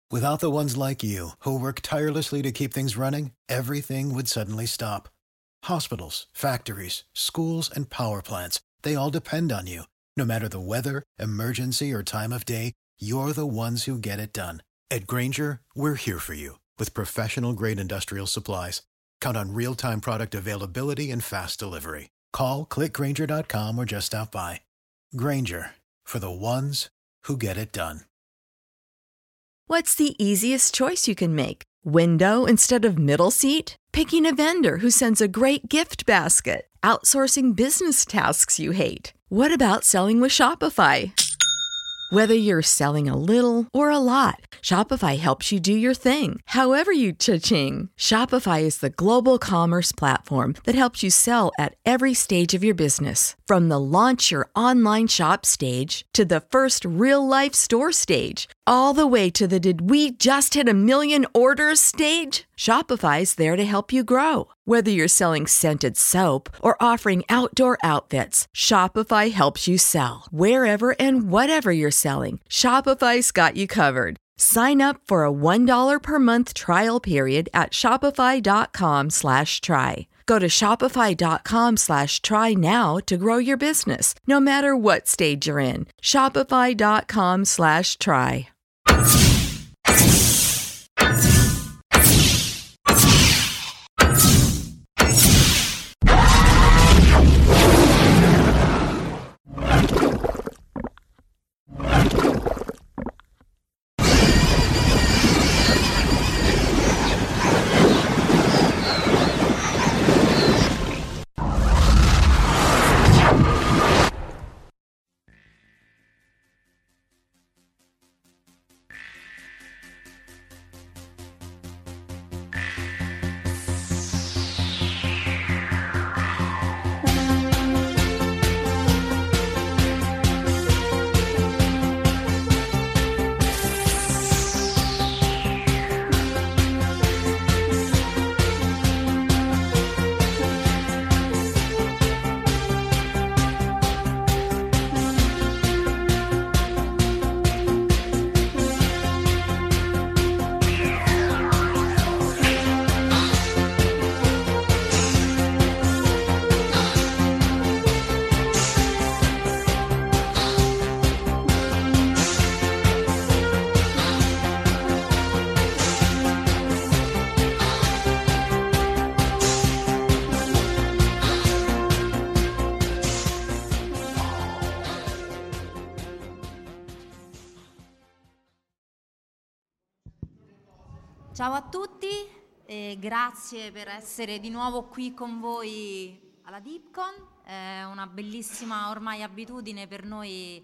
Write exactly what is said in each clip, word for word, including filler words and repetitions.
Without the ones like you, who work tirelessly to keep things running, everything would suddenly stop. Hospitals, factories, schools, and power plants, they all depend on you. No matter the weather, emergency, or time of day, you're the ones who get it done. At Grainger, we're here for you with professional-grade industrial supplies. Count on real-time product availability and fast delivery. Call, click grainger dot com, or just stop by. Grainger, for the ones who get it done. What's the easiest choice you can make? Window instead of middle seat? Picking a vendor who sends a great gift basket? Outsourcing business tasks you hate? What about selling with Shopify? Whether you're selling a little or a lot, Shopify helps you do your thing, however you cha-ching. Shopify is the global commerce platform that helps you sell at every stage of your business. From the launch your online shop stage to the first real-life store stage, all the way to the did we just hit a million orders stage? Shopify's there to help you grow. Whether you're selling scented soap or offering outdoor outfits, Shopify helps you sell. Wherever and whatever you're selling, Shopify's got you covered. Sign up for a one dollar per month trial period at shopify.com slash try. Go to shopify.com slash try now to grow your business, no matter what stage you're in. Shopify.com slash try. Ciao a tutti e grazie per essere di nuovo qui con voi alla DeepCon. È una bellissima ormai abitudine per noi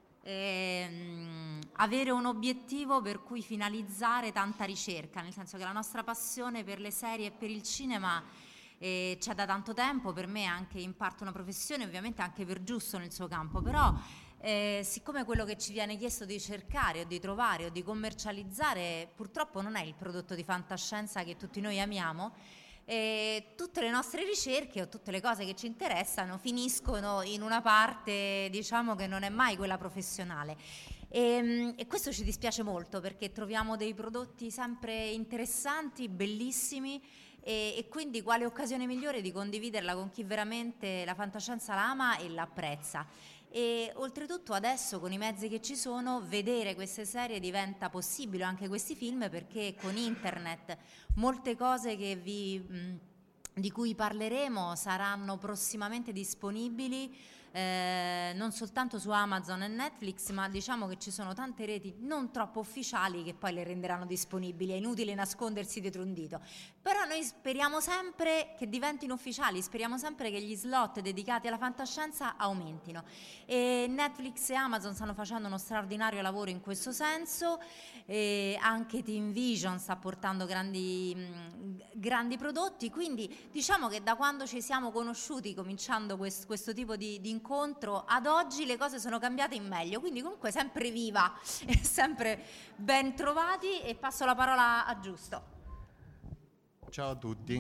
ehm, avere un obiettivo per cui finalizzare tanta ricerca, nel senso che la nostra passione per le serie e per il cinema eh, c'è da tanto tempo. Per me è anche in parte una professione, ovviamente anche per Giusto nel suo campo, però Eh, siccome quello che ci viene chiesto di cercare o di trovare o di commercializzare purtroppo non è il prodotto di fantascienza che tutti noi amiamo, eh, tutte le nostre ricerche o tutte le cose che ci interessano finiscono in una parte, diciamo, che non è mai quella professionale. E, e questo ci dispiace molto, perché troviamo dei prodotti sempre interessanti, bellissimi, e, e quindi quale occasione migliore di condividerla con chi veramente la fantascienza la ama e l'apprezza. E oltretutto adesso con i mezzi che ci sono, vedere queste serie diventa possibile, anche questi film, perché con internet molte cose che vi, mh, di cui parleremo saranno prossimamente disponibili eh, non soltanto su Amazon e Netflix, ma diciamo che ci sono tante reti non troppo ufficiali che poi le renderanno disponibili. È inutile nascondersi dietro un dito, però noi speriamo sempre che diventino ufficiali, speriamo sempre che gli slot dedicati alla fantascienza aumentino, e Netflix e Amazon stanno facendo uno straordinario lavoro in questo senso, e anche Team Vision sta portando grandi, mh, grandi prodotti, quindi diciamo che da quando ci siamo conosciuti cominciando questo, questo tipo di, di incontro ad oggi le cose sono cambiate in meglio, quindi comunque sempre viva e sempre ben trovati, e passo la parola a Giusto. Ciao a tutti.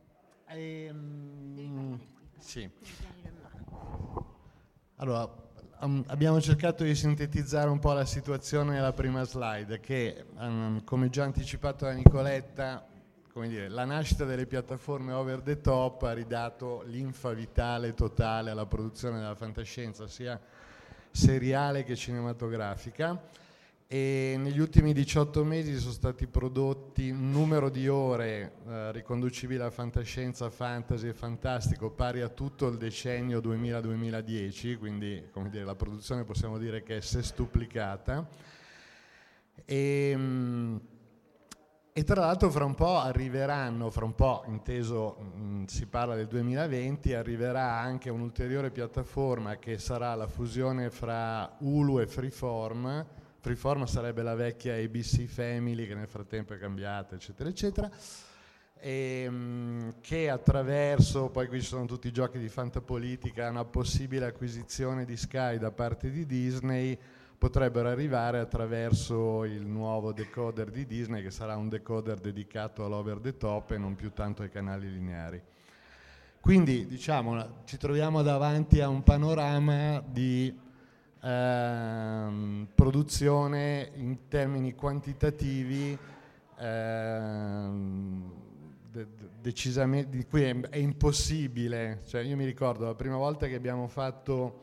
Ehm, sì. Allora, um, abbiamo cercato di sintetizzare un po' la situazione nella prima slide, che um, come già anticipato da Nicoletta, come dire, la nascita delle piattaforme over the top ha ridato linfa vitale totale alla produzione della fantascienza, sia seriale che cinematografica, e negli ultimi diciotto mesi sono stati prodotti un numero di ore eh, riconducibili alla fantascienza, fantasy e fantastico pari a tutto il decennio duemila duemiladieci, quindi come dire, la produzione possiamo dire che è sestuplicata. E, mh, E tra l'altro fra un po' arriveranno, fra un po' inteso mh, si parla del duemilaventi, arriverà anche un'ulteriore piattaforma che sarà la fusione fra Hulu e Freeform. Freeform sarebbe la vecchia A B C Family che nel frattempo è cambiata, eccetera, eccetera, e, mh, che attraverso, poi qui ci sono tutti i giochi di fantapolitica, una possibile acquisizione di Sky da parte di Disney, potrebbero arrivare attraverso il nuovo decoder di Disney, che sarà un decoder dedicato all'over the top e non più tanto ai canali lineari. Quindi diciamo ci troviamo davanti a un panorama di ehm, produzione in termini quantitativi ehm, de- decisamente, di cui è, è impossibile, cioè io mi ricordo la prima volta che abbiamo fatto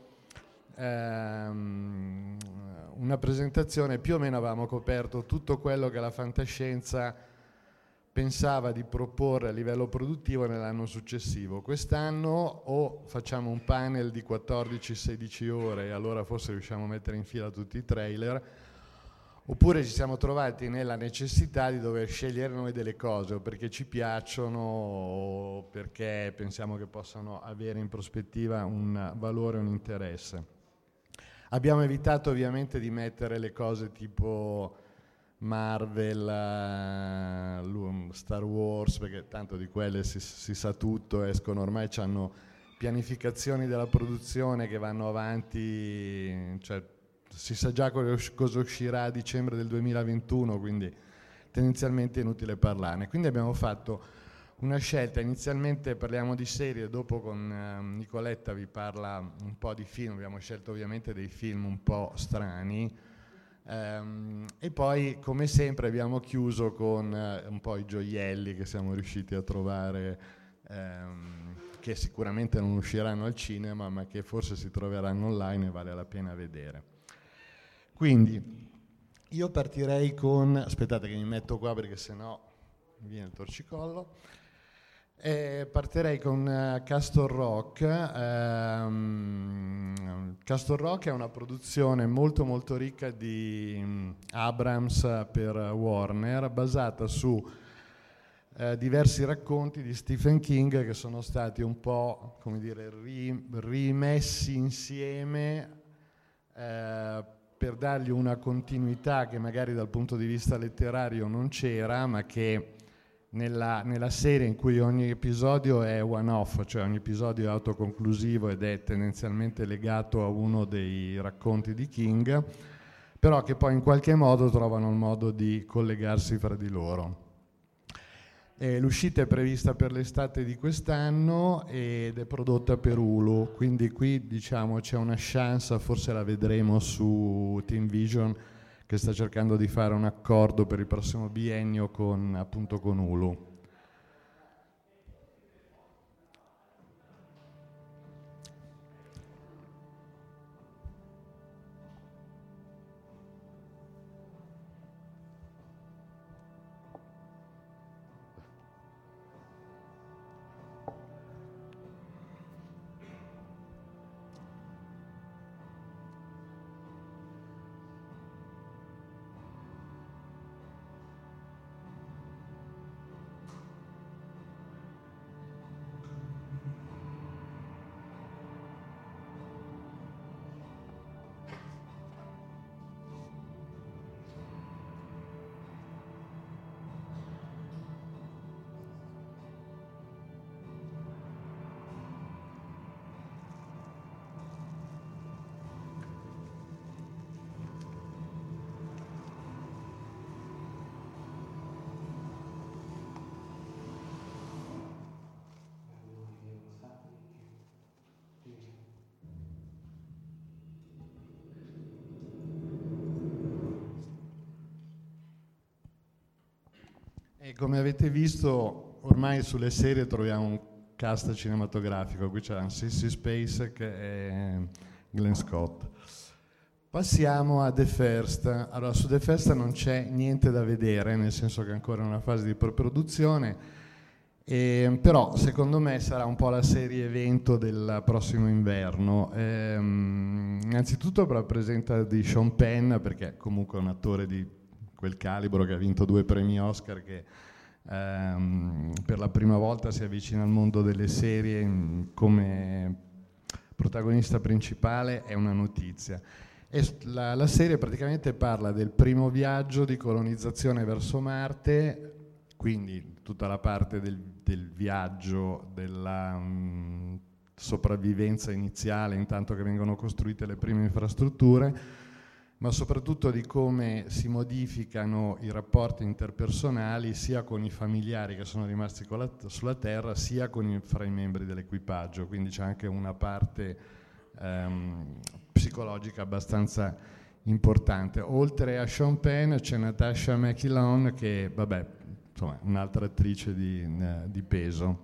ehm, una presentazione, più o meno avevamo coperto tutto quello che la fantascienza pensava di proporre a livello produttivo nell'anno successivo. Quest'anno o facciamo un panel di quattordici sedici ore e allora forse riusciamo a mettere in fila tutti i trailer, oppure ci siamo trovati nella necessità di dover scegliere noi delle cose, o perché ci piacciono o perché pensiamo che possano avere in prospettiva un valore o un interesse. Abbiamo evitato ovviamente di mettere le cose tipo Marvel, uh, Star Wars, perché tanto di quelle si, si sa tutto, escono ormai, hanno pianificazioni della produzione che vanno avanti, cioè si sa già cosa uscirà a dicembre del duemilaventuno, quindi tendenzialmente è inutile parlarne. Quindi abbiamo fatto una scelta, inizialmente parliamo di serie, dopo con eh, Nicoletta vi parla un po' di film, abbiamo scelto ovviamente dei film un po' strani, ehm, e poi come sempre abbiamo chiuso con eh, un po' i gioielli che siamo riusciti a trovare, ehm, che sicuramente non usciranno al cinema ma che forse si troveranno online e vale la pena vedere. Quindi io partirei con, aspettate che mi metto qua perché sennò mi viene il torcicollo. Eh, partirei con uh, Castle Rock. Um, Castle Rock è una produzione molto molto ricca di um, Abrams per Warner, basata su uh, diversi racconti di Stephen King che sono stati un po', come dire, ri- rimessi insieme uh, per dargli una continuità che magari dal punto di vista letterario non c'era, ma che Nella, nella serie in cui ogni episodio è one-off, cioè ogni episodio è autoconclusivo ed è tendenzialmente legato a uno dei racconti di King, però che poi in qualche modo trovano il modo di collegarsi fra di loro. E l'uscita è prevista per l'estate di quest'anno ed è prodotta per Hulu, quindi qui diciamo c'è una chance, forse la vedremo su Team Vision, che sta cercando di fare un accordo per il prossimo biennio con, appunto, con Hulu. E come avete visto, ormai sulle serie troviamo un cast cinematografico. Qui c'è Sissy Spacek e Glenn Scott. Passiamo a The First. Allora, su The First non c'è niente da vedere, nel senso che è ancora in una fase di preproduzione, e, però secondo me sarà un po' la serie evento del prossimo inverno. Ehm, innanzitutto rappresenta di Sean Penn, perché comunque è un attore di quel calibro che ha vinto due premi Oscar, che ehm, per la prima volta si avvicina al mondo delle serie come protagonista principale, è una notizia. E la, la serie praticamente parla del primo viaggio di colonizzazione verso Marte, quindi tutta la parte del, del viaggio, della um, sopravvivenza iniziale intanto che vengono costruite le prime infrastrutture, ma soprattutto di come si modificano i rapporti interpersonali sia con i familiari che sono rimasti la, sulla Terra, sia con i, fra i membri dell'equipaggio, quindi c'è anche una parte um, psicologica abbastanza importante. Oltre a Sean Penn c'è Natasha McElhone, che vabbè, insomma, un'altra attrice di, di peso.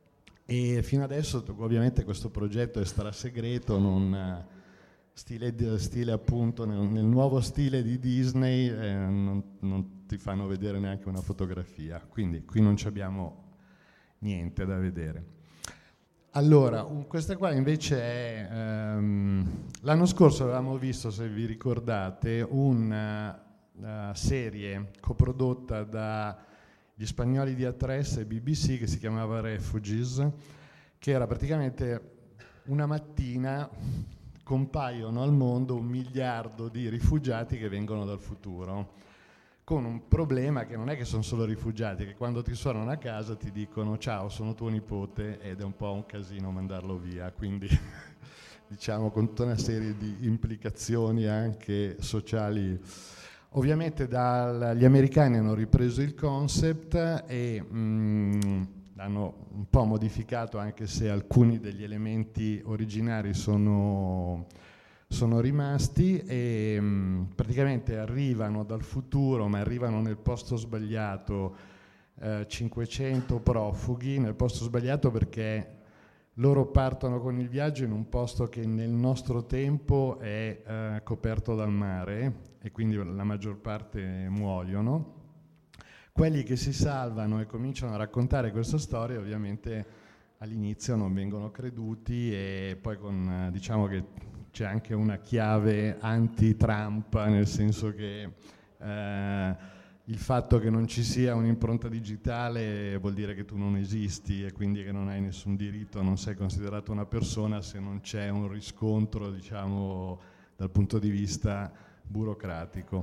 E fino adesso ovviamente questo progetto è strasegreto, non, stile, stile appunto nel, nel nuovo stile di Disney, eh, non, non ti fanno vedere neanche una fotografia, quindi qui non abbiamo niente da vedere. Allora, un, questa qua invece è, um, l'anno scorso avevamo visto, se vi ricordate, una, una serie coprodotta dagli spagnoli di A tre S e B B C che si chiamava Refugees, che era praticamente una mattina compaiono al mondo un miliardo di rifugiati che vengono dal futuro, con un problema che non è che sono solo rifugiati, che quando ti suonano a casa ti dicono ciao, sono tuo nipote, ed è un po' un casino mandarlo via, quindi diciamo con tutta una serie di implicazioni anche sociali. Ovviamente dal, gli americani hanno ripreso il concept e mh, l'hanno un po' modificato, anche se alcuni degli elementi originari sono... sono rimasti e mh, praticamente arrivano dal futuro, ma arrivano nel posto sbagliato, eh, cinquecento profughi, nel posto sbagliato perché loro partono con il viaggio in un posto che nel nostro tempo è eh, coperto dal mare e quindi la maggior parte muoiono. Quelli che si salvano e cominciano a raccontare questa storia ovviamente all'inizio non vengono creduti e poi con, diciamo che c'è anche una chiave anti-Trump, nel senso che eh, il fatto che non ci sia un'impronta digitale vuol dire che tu non esisti e quindi che non hai nessun diritto, non sei considerato una persona se non c'è un riscontro, diciamo, dal punto di vista burocratico.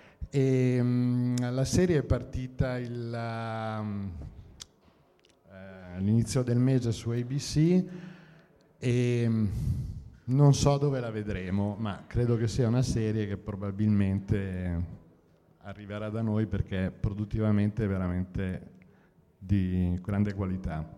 E, mh, la serie è partita il, uh, eh, all'inizio del mese su A B C e mh, non so dove la vedremo, ma credo che sia una serie che probabilmente arriverà da noi perché produttivamente è veramente di grande qualità.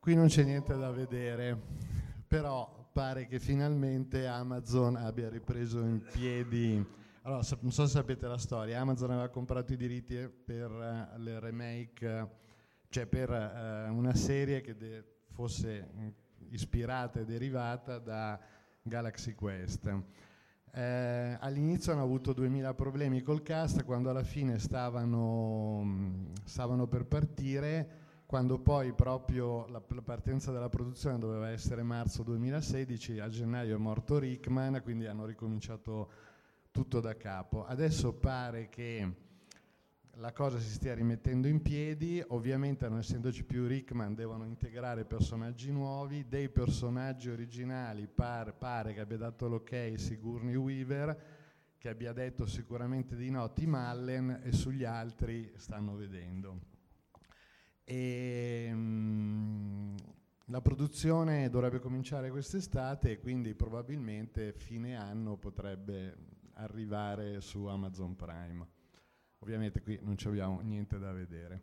Qui non c'è niente da vedere, però pare che finalmente Amazon abbia ripreso in piedi. Allora, non so se sapete la storia, Amazon aveva comprato i diritti per uh, le remake, uh, cioè per uh, una serie che de- fosse ispirata e derivata da Galaxy Quest. Eh, all'inizio hanno avuto duemila problemi col cast, quando alla fine stavano, stavano per partire, quando poi proprio la, la partenza della produzione doveva essere marzo duemilasedici, a gennaio è morto Rickman, quindi hanno ricominciato tutto da capo. Adesso pare che la cosa si stia rimettendo in piedi, ovviamente non essendoci più Rickman devono integrare personaggi nuovi, dei personaggi originali par, pare che abbia dato l'ok Sigourney Weaver, che abbia detto sicuramente di no Tim Allen, e sugli altri stanno vedendo. E, mh, la produzione dovrebbe cominciare quest'estate e quindi probabilmente fine anno potrebbe arrivare su Amazon Prime. Ovviamente qui non ci abbiamo niente da vedere.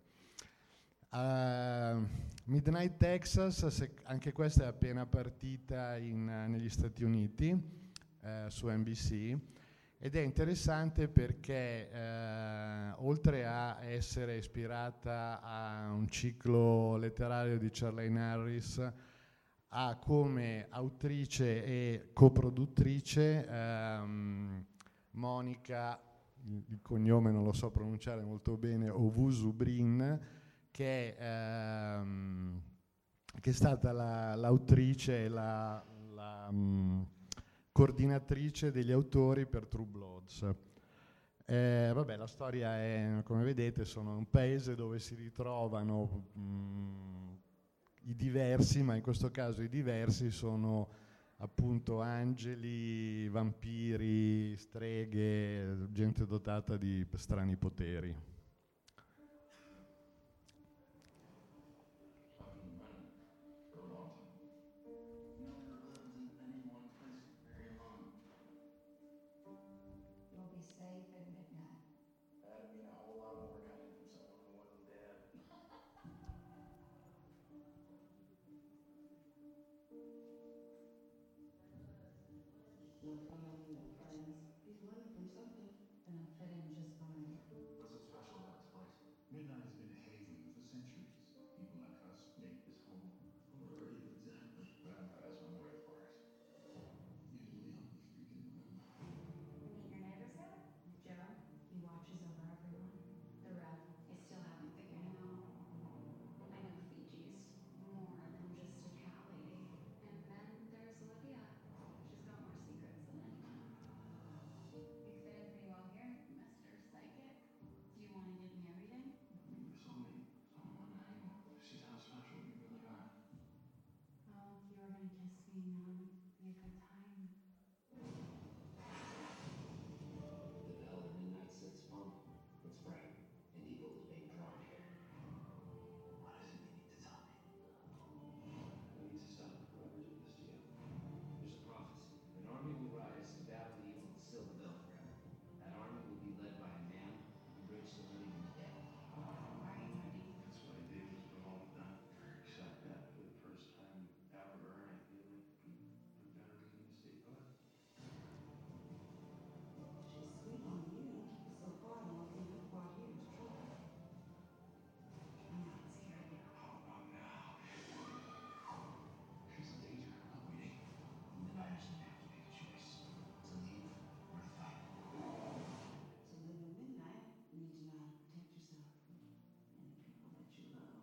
Uh, Midnight Texas, se, anche questa è appena partita in, negli Stati Uniti uh, su N B C, ed è interessante perché uh, oltre a essere ispirata a un ciclo letterario di Charlene Harris, ha come autrice e coproduttrice um, Monica, il cognome non lo so pronunciare molto bene, Owusu-Breen, che, ehm, che è stata la, l'autrice e la, la um, coordinatrice degli autori per True Bloods. Eh, vabbè, la storia è, come vedete, sono un paese dove si ritrovano mh, i diversi, ma in questo caso i diversi sono appunto angeli, vampiri, streghe, gente dotata di strani poteri. No family, no friends. He's learning from something. And I'm fit in just fine. What's so special about this place? Midnight has been a haven for centuries. People like us make this home. Where are you exactly? Vampires on the rainforest. Usually I'm the freak in the room. Meet your neighbor, Sarah? Joe. He watches over everyone. The rep. I still haven't figured him out. I know Fiji's more than just a cat lady. And then there's Olivia. She's got more secrets than anyone. You fit in pretty well here, Mister Psychic. Do you want to give me a reading? You're soulmate. Someone anymore. She's how special we really are. Oh, if you were gonna kiss me, now would be a good time. The bell at midnight sits fun. It's bright, and evil is being drawn here. What is it you need to tell me? I need to stop whoever did this to you. There's a prophecy. An army will rise to battle the evil and seal the bell forever. That army will be led by a man who breaks the living and the dead. Are you ready? That's why David's been all done. Except that for the first time ever, I feel like we, we better begin to stay put. She's sweet on you. So far, the only thing I've brought here is trouble. I'm not scared yet. How about now? She's in danger. I'm not waiting. Midnighters are going to have to make a choice. To leave or to fight. To live in midnight, you need to know how to protect yourself and the people that you love.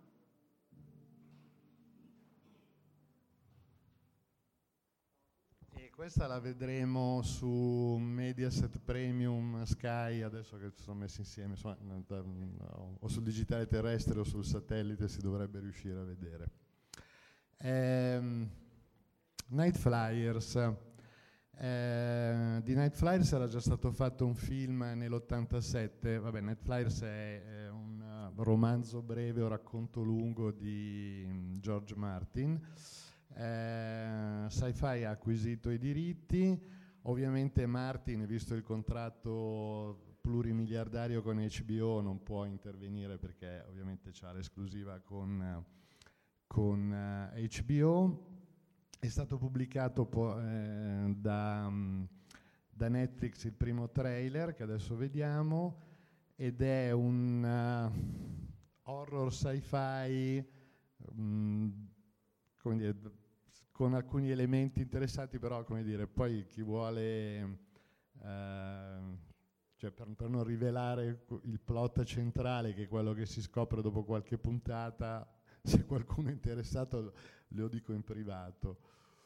E questa la vedremo su Mediaset Premium Sky, adesso che si sono messi insieme, insomma, no, o sul digitale terrestre o sul satellite si dovrebbe riuscire a vedere. Ehm, Night Flyers. Eh, di Night Flyers era già stato fatto un film nell'ottantasette. Vabbè, Night Flyers è, è un uh, romanzo breve o racconto lungo di um, George Martin. Eh, Sci-Fi ha acquisito i diritti, ovviamente Martin, visto il contratto plurimiliardario con H B O, non può intervenire perché ovviamente c'ha l'esclusiva con, con eh, H B O. È stato pubblicato po- eh, da, um, da Netflix il primo trailer che adesso vediamo, ed è un uh, horror sci-fi um, come dire, con alcuni elementi interessanti, però come dire, poi chi vuole, uh, cioè per, per non rivelare il plot centrale, che è quello che si scopre dopo qualche puntata, se qualcuno è interessato lo dico in privato.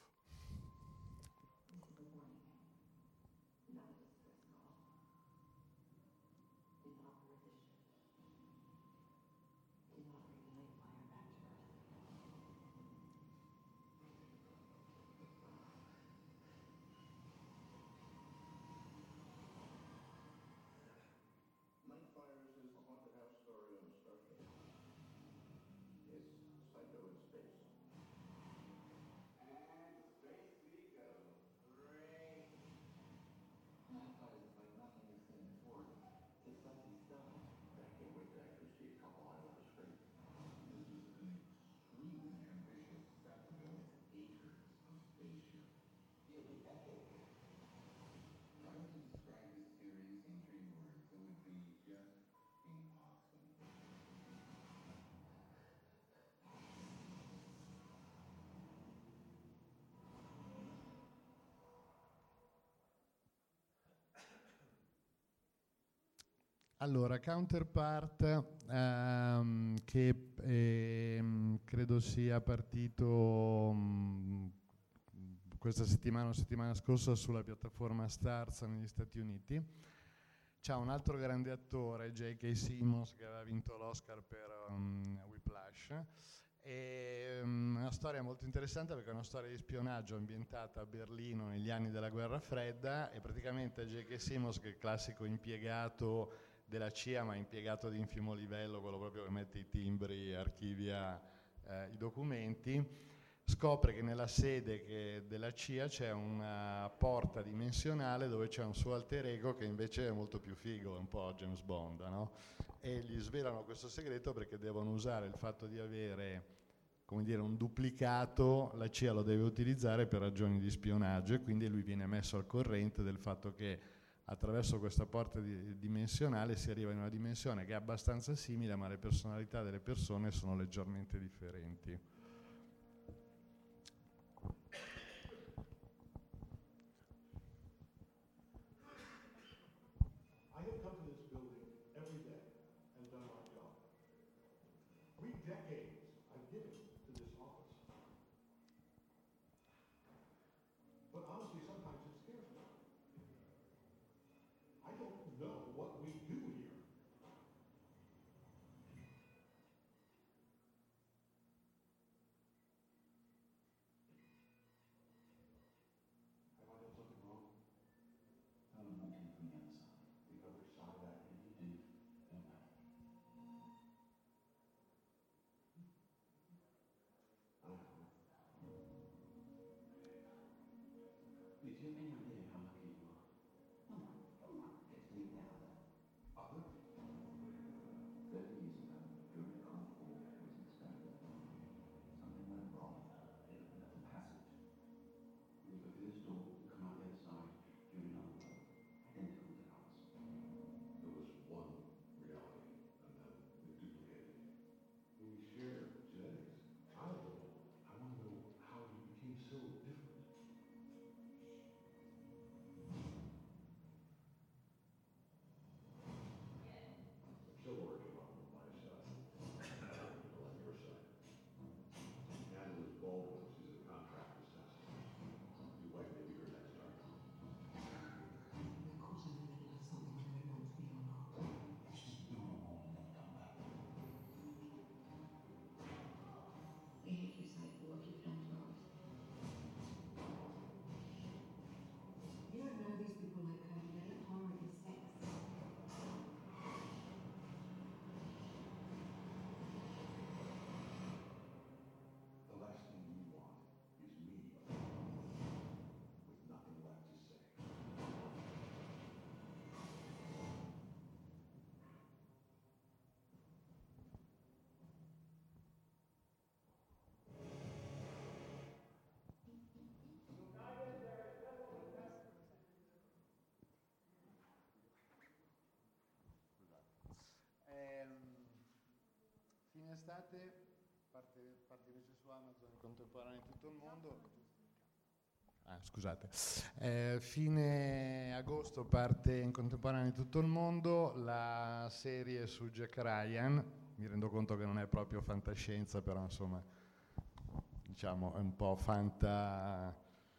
Night Flyers is the haunted house story on Starship. It's Psycho in space. And to space we go. Great. Night Flyers is like nothing we've seen before. It's exciting stuff. I can't wait to actually see a couple line on the screen. This is an extremely ambitious set to build acres of spaceship. It'll be epic. If I were to describe this series in three words, it would be just being awesome. Allora, Counterpart, ehm, che ehm, credo sia partito mh, questa settimana o settimana scorsa sulla piattaforma Starz negli Stati Uniti. C'ha un altro grande attore, J K. Simmons, che aveva vinto l'Oscar per um, Whiplash. È um, una storia molto interessante perché è una storia di spionaggio ambientata a Berlino negli anni della guerra fredda, e praticamente J K. Simmons, che è il classico impiegato della C I A, ma impiegato di infimo livello, quello proprio che mette i timbri, archivia eh, i documenti, scopre che nella sede che della C I A c'è una porta dimensionale dove c'è un suo alter ego che invece è molto più figo, un po' James Bond, no? E gli svelano questo segreto perché devono usare il fatto di avere, come dire, un duplicato, la C I A lo deve utilizzare per ragioni di spionaggio, e quindi lui viene messo al corrente del fatto che attraverso questa porta di, dimensionale si arriva in una dimensione che è abbastanza simile, ma le personalità delle persone sono leggermente differenti. I have come to this building every day and done my job. Three decades I've given to this office. But honestly, sometimes it scares me. I don't know what we do here. Have I done something wrong? I'm looking from the other side. The other side, I And you did, don't I? I don't know. Wait, do you have any idea how lucky you are? Come on, come on, let's leave that other. Other? Thirty years ago, during the Cold War, was in Stanley. Something went wrong. It opened up a passage. When you go through this door, you come out the other side, you're in another world, identical to ours. There was one reality, and then we duplicated. We share genetics. I don't know. I want to know how you became so different. estate parte, parte invece su Amazon in contemporanea in tutto il mondo. Ah, scusate. Eh, fine agosto parte in contemporanea in tutto il mondo la serie su Jack Ryan. Mi rendo conto che non è proprio fantascienza, però insomma, diciamo, è un po' fanta,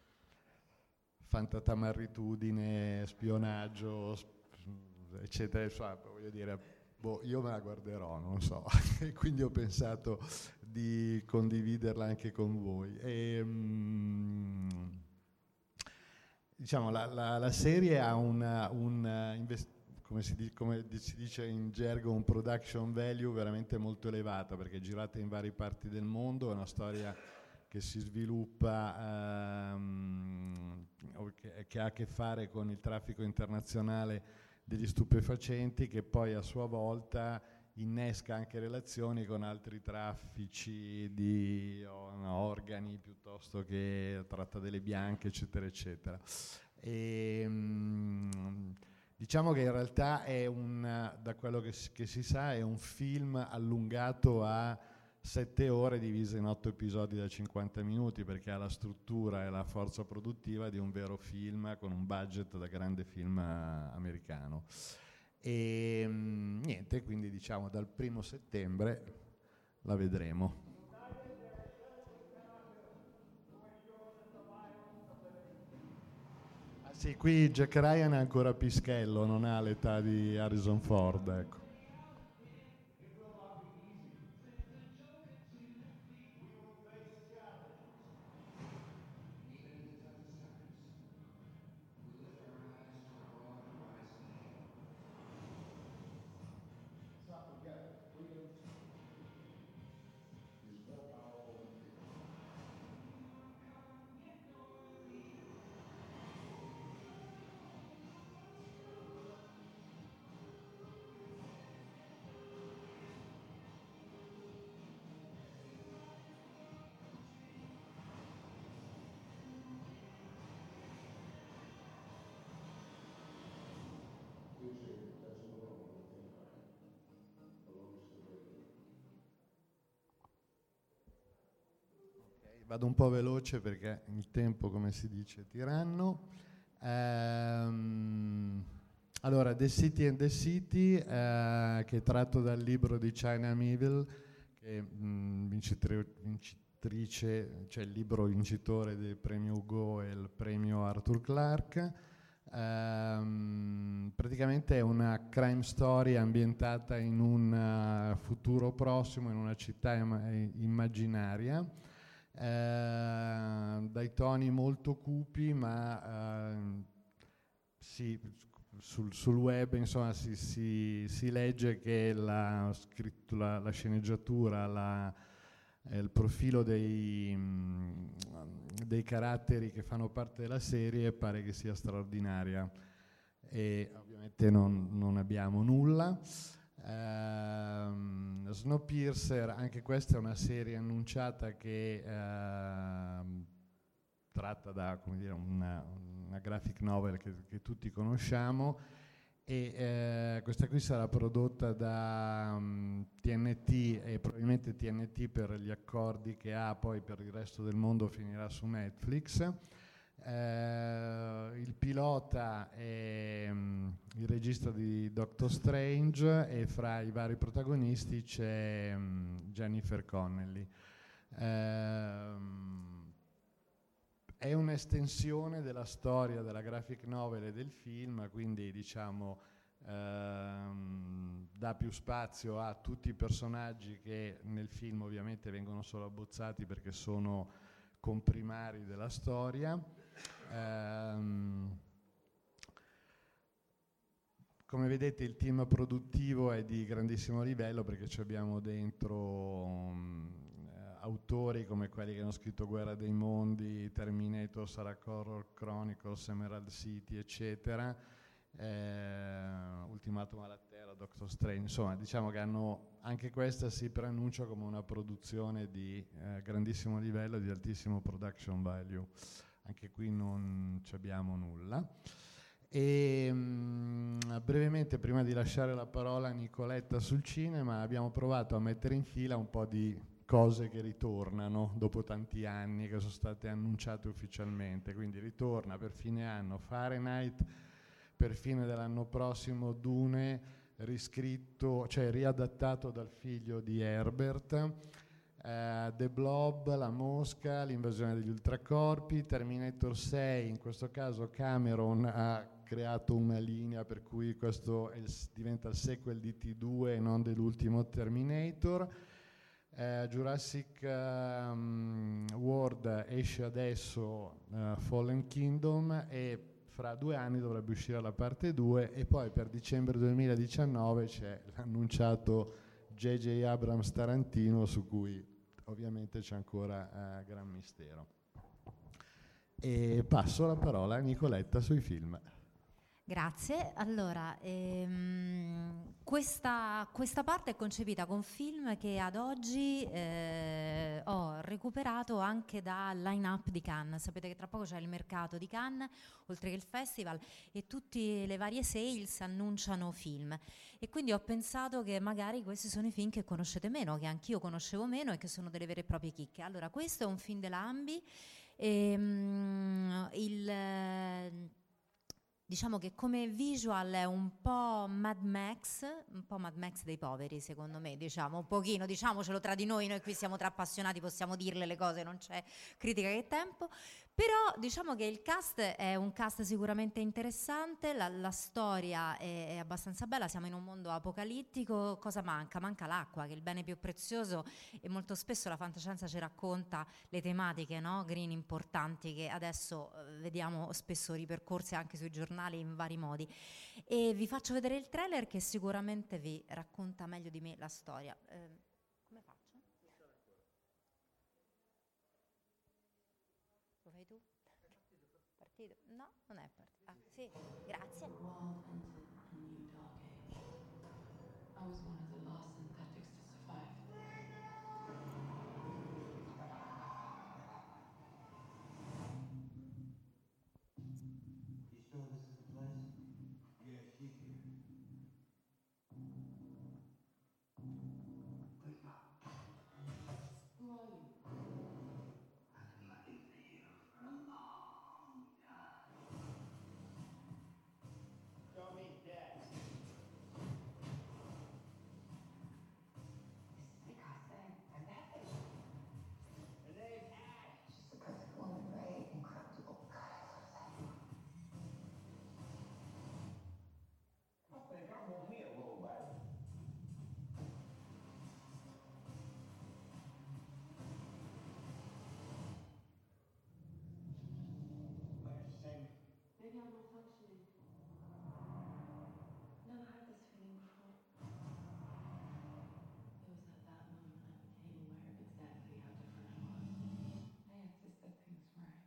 fantatamarritudine, spionaggio, eccetera, insomma, voglio dire, boh, io me la guarderò, non so, e quindi ho pensato di condividerla anche con voi. E, mm, diciamo, la, la, la serie ha una, un invest- come, si di, come si dice in gergo, un production value veramente molto elevato, perché è girata in varie parti del mondo, è una storia che si sviluppa, ehm, che, che ha a che fare con il traffico internazionale degli stupefacenti, che poi a sua volta innesca anche relazioni con altri traffici di oh, no, organi, piuttosto che tratta delle bianche, eccetera, eccetera. E, mh, diciamo che in realtà è un, da quello che si, che si sa, è un film allungato a sette ore divise in otto episodi da cinquanta minuti, perché ha la struttura e la forza produttiva di un vero film con un budget da grande film americano. E mh, niente, quindi diciamo dal primo settembre la vedremo. Ah sì, qui Jack Ryan è ancora pischello, non ha l'età di Harrison Ford, ecco. Vado un po' veloce perché il tempo, come si dice, è tiranno. Ehm, allora, The City and the City, eh, che è tratto dal libro di China Miéville, che è mh, vincitri- vincitrice, cioè il libro vincitore del premio Hugo e il premio Arthur Clarke. Ehm, praticamente è una crime story ambientata in un uh, futuro prossimo, in una città im- immaginaria. Eh, dai toni molto cupi, ma eh, sì, sul, sul web insomma si, si, si legge che la, scritto, la, la sceneggiatura, la, eh, il profilo dei, mh, dei caratteri che fanno parte della serie pare che sia straordinaria, e ovviamente non, non abbiamo nulla. Uh, Snowpiercer, anche questa è una serie annunciata che uh, tratta da, come dire, una, una graphic novel che, che tutti conosciamo, e uh, questa qui sarà prodotta da um, T N T, e probabilmente T N T, per gli accordi che ha poi per il resto del mondo, finirà su Netflix. Uh, il pilota è um, il regista di Doctor Strange, e fra i vari protagonisti c'è um, Jennifer Connelly. Uh, è un'estensione della storia della graphic novel e del film, quindi diciamo uh, dà più spazio a tutti i personaggi che nel film ovviamente vengono solo abbozzati perché sono comprimari della storia. Um, come vedete il team produttivo è di grandissimo livello, perché ci abbiamo dentro um, autori come quelli che hanno scritto Guerra dei Mondi, Terminator, Sarah Connor Chronicles, Emerald City, eccetera, eh, Ultimatum alla Terra, Doctor Strange, insomma diciamo che hanno, anche questa si preannuncia come una produzione di eh, grandissimo livello, di altissimo production value. Anche qui non ci abbiamo nulla. E mh, brevemente, prima di lasciare la parola a Nicoletta sul cinema, abbiamo provato a mettere in fila un po' di cose che ritornano dopo tanti anni, che sono state annunciate ufficialmente. Quindi ritorna per fine anno Fahrenheit, per fine dell'anno prossimo Dune, riscritto, cioè riadattato dal figlio di Herbert, uh, The Blob, La Mosca, L'invasione degli ultracorpi, Terminator sei, in questo caso Cameron ha creato una linea per cui questo è il, diventa il sequel di T due e non dell'ultimo Terminator. Uh, Jurassic um, World esce adesso, uh, Fallen Kingdom, e fra due anni dovrebbe uscire la parte due, e poi per dicembre duemiladiciannove c'è l'annunciato J J Abrams Tarantino, su cui ovviamente c'è ancora uh, gran mistero. E passo la parola a Nicoletta sui film. Grazie. Allora, ehm, questa, questa parte è concepita con film che ad oggi eh, ho recuperato anche dal line-up di Cannes. Sapete che tra poco c'è il mercato di Cannes, oltre che il festival, e tutte le varie sales annunciano film. E quindi ho pensato che magari questi sono i film che conoscete meno, che anch'io conoscevo meno e che sono delle vere e proprie chicche. Allora, questo è un film della Ambi. Ehm, il... Diciamo che come visual è un po' Mad Max, un po' Mad Max dei poveri, secondo me, diciamo, un pochino, diciamocelo tra di noi, noi qui siamo tra appassionati, possiamo dirle le cose, non c'è critica che tempo. Però diciamo che il cast è un cast sicuramente interessante, la, la storia è, è abbastanza bella, siamo in un mondo apocalittico. Cosa manca? Manca l'acqua, che è il bene più prezioso, e molto spesso la fantascienza ci racconta le tematiche, no? Green importanti, che adesso eh, vediamo spesso ripercorse anche sui giornali in vari modi. E vi faccio vedere il trailer che sicuramente vi racconta meglio di me la storia. Eh, come faccio? Lo fai tu? Partito? No, non è partito. Ah, sì, grazie. World entered a new dark age. I was one of the last synthetics to survive. You sure this is the place? Yeah, she here. Wake up. Who are you? I've been looking for you for a long time. Show me death. This is because I'm a method. Her name's Ash. She's the perfect woman, right? Incredible. God, I love that. I think I want me a robot. Where's Sammy? Maybe I'm malfunctioning. Never had this feeling before. It was at that moment I became aware of exactly how different I was. I had to set things right.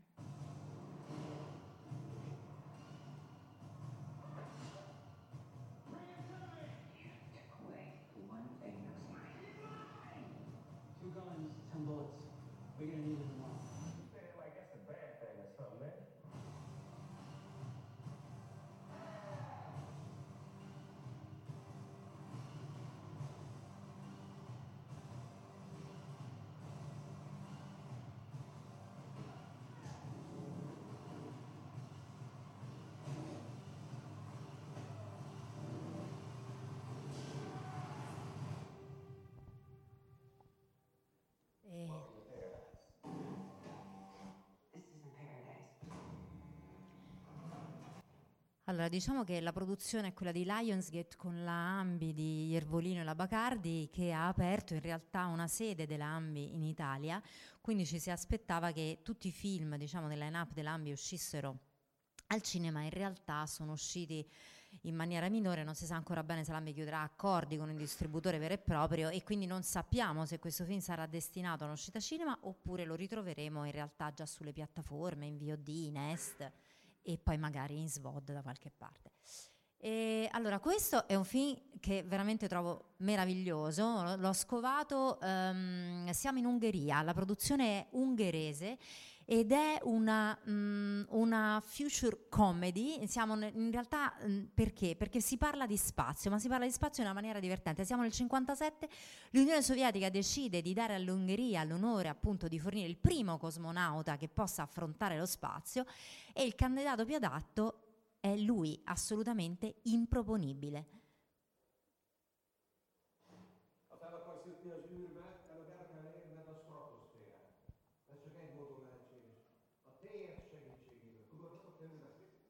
You took away the one thing that was mine. Two guns, ten bullets. We're gonna need them all. Like that's a bad thing or something, man. E This isn't paradise. allora, diciamo che la produzione è quella di Lionsgate con la Ambi di Iervolino e la Bacardi, che ha aperto in realtà una sede della Ambi in Italia, quindi ci si aspettava che tutti i film, diciamo, del line-up della Ambi uscissero al cinema. In realtà sono usciti in maniera minore, non si sa ancora bene se l'Ambi chiuderà accordi con un distributore vero e proprio, e quindi non sappiamo se questo film sarà destinato a un'uscita cinema oppure lo ritroveremo in realtà già sulle piattaforme, in V O D, in Est e poi magari in S V O D da qualche parte. E allora, questo è un film che veramente trovo meraviglioso, l'ho scovato, um, siamo in Ungheria, la produzione è ungherese ed è una, mm, una future comedy. Siamo ne- in realtà, mm, perché? Perché si parla di spazio, ma si parla di spazio in una maniera divertente. Siamo nel cinquantasette, l'Unione Sovietica decide di dare all'Ungheria l'onore appunto di fornire il primo cosmonauta che possa affrontare lo spazio, e il candidato più adatto è lui, assolutamente improponibile. A fel akarsz jutni az űrbe, előbb el kell érned a stratosférát. Ez csak egy módon lehetséges. A té ef segítségével. Tudod, hogy mi lesz?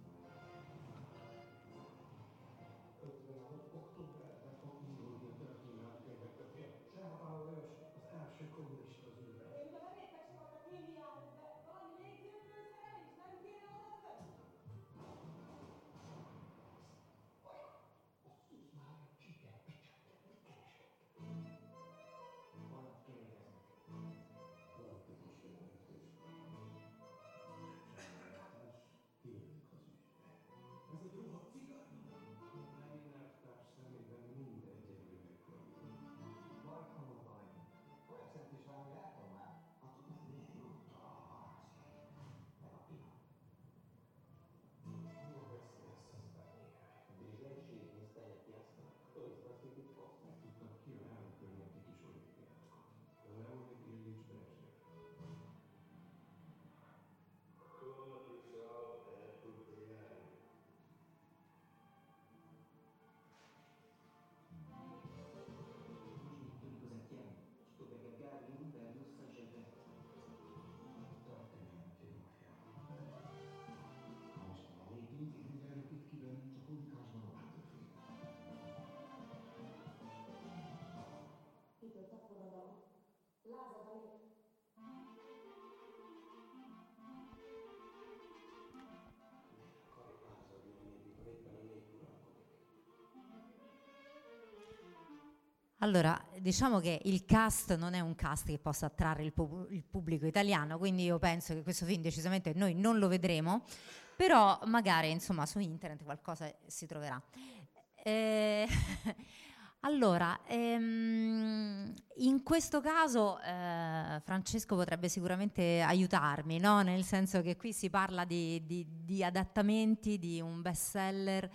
ötvenhat októberben fog indulni a történelem könyvekből. Sehol ős az első kommunista az űrben. Én ugye bevétek sokat kémiához, de valami légzőfőszerelés nem kéne odafönn? Basszus már, csiker, picsák, mit kerestek? Holnap kérdeznek. Galaktikus félreértés. Semleges, kijövünk az űrbe. Ez egy rohadt cigány. Lenin elvtárs szemében mindegy egyedül megfordul. Markhamon vagy. Olyan szent is van, hogy látom már. Hát milyen jó tarz. Meg a pillanat. Не веселое создание. Ближайшие не стоят ясно. Кто из вас любит космос? Тут такие реально примерки кишочек пятку. Леонид Ильич Брежнев. Кто написал эту дрянь? Oggi tutto di cosa chiami? Чтобы Гагарин добился ЖД. Történelmi filmafia. Az állítunk, induljának itt kiben, mint a kodikásban a Battlefield. Kitől szaporodalom. Lázad a nép. Akar lázadni a nép, mikor éppen a nép uralkodik. Allora, diciamo che il cast non è un cast che possa attrarre il, pu- il pubblico italiano, quindi io penso che questo film decisamente noi non lo vedremo, però magari insomma su internet qualcosa si troverà. Eh, allora, ehm, in questo caso eh, Francesco potrebbe sicuramente aiutarmi, no? Nel senso che qui si parla di, di- di adattamenti di un bestseller.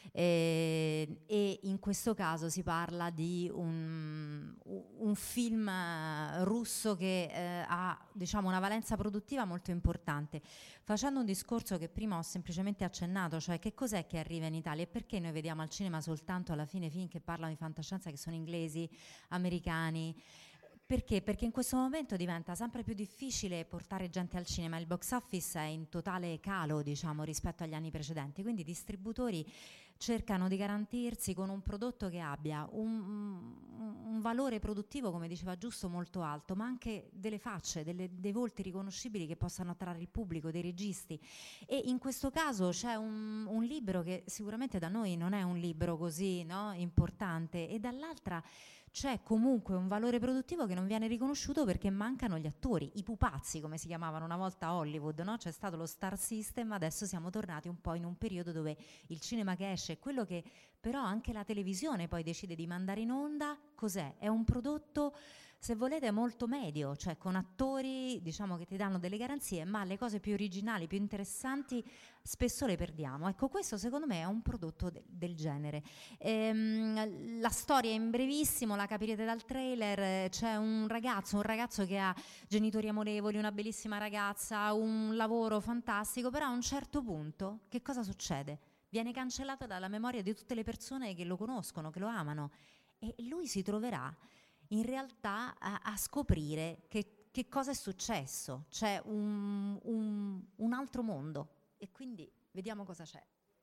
Eh, e in questo caso si parla di un, un film eh, russo che eh, ha, diciamo, una valenza produttiva molto importante, facendo un discorso che prima ho semplicemente accennato, cioè che cos'è che arriva in Italia e perché noi vediamo al cinema soltanto alla fine film che parlano di fantascienza, che sono inglesi, americani. Perché? Perché in questo momento diventa sempre più difficile portare gente al cinema, il box office è in totale calo, diciamo, rispetto agli anni precedenti, quindi i distributori cercano di garantirsi con un prodotto che abbia un, un valore produttivo, come diceva Giusto, molto alto, ma anche delle facce, delle, dei volti riconoscibili che possano attrarre il pubblico, dei registi. E in questo caso c'è un, un libro che sicuramente da noi non è un libro così, no, importante, e dall'altra c'è comunque un valore produttivo che non viene riconosciuto perché mancano gli attori, i pupazzi come si chiamavano una volta a Hollywood, no? C'è stato lo Star System, adesso siamo tornati un po' in un periodo dove il cinema che esce è quello che però anche la televisione poi decide di mandare in onda. Cos'è? È un prodotto, se volete, molto medio, cioè con attori, diciamo, che ti danno delle garanzie, ma le cose più originali, più interessanti spesso le perdiamo. Ecco, questo secondo me è un prodotto de- del genere. Ehm, la storia in brevissimo, la capirete dal trailer. C'è un ragazzo, un ragazzo che ha genitori amorevoli, una bellissima ragazza, un lavoro fantastico, però a un certo punto che cosa succede? Viene cancellato dalla memoria di tutte le persone che lo conoscono, che lo amano, e lui si troverà in realtà a, a scoprire che, che cosa è successo. C'è un, un, un altro mondo e quindi vediamo cosa c'è.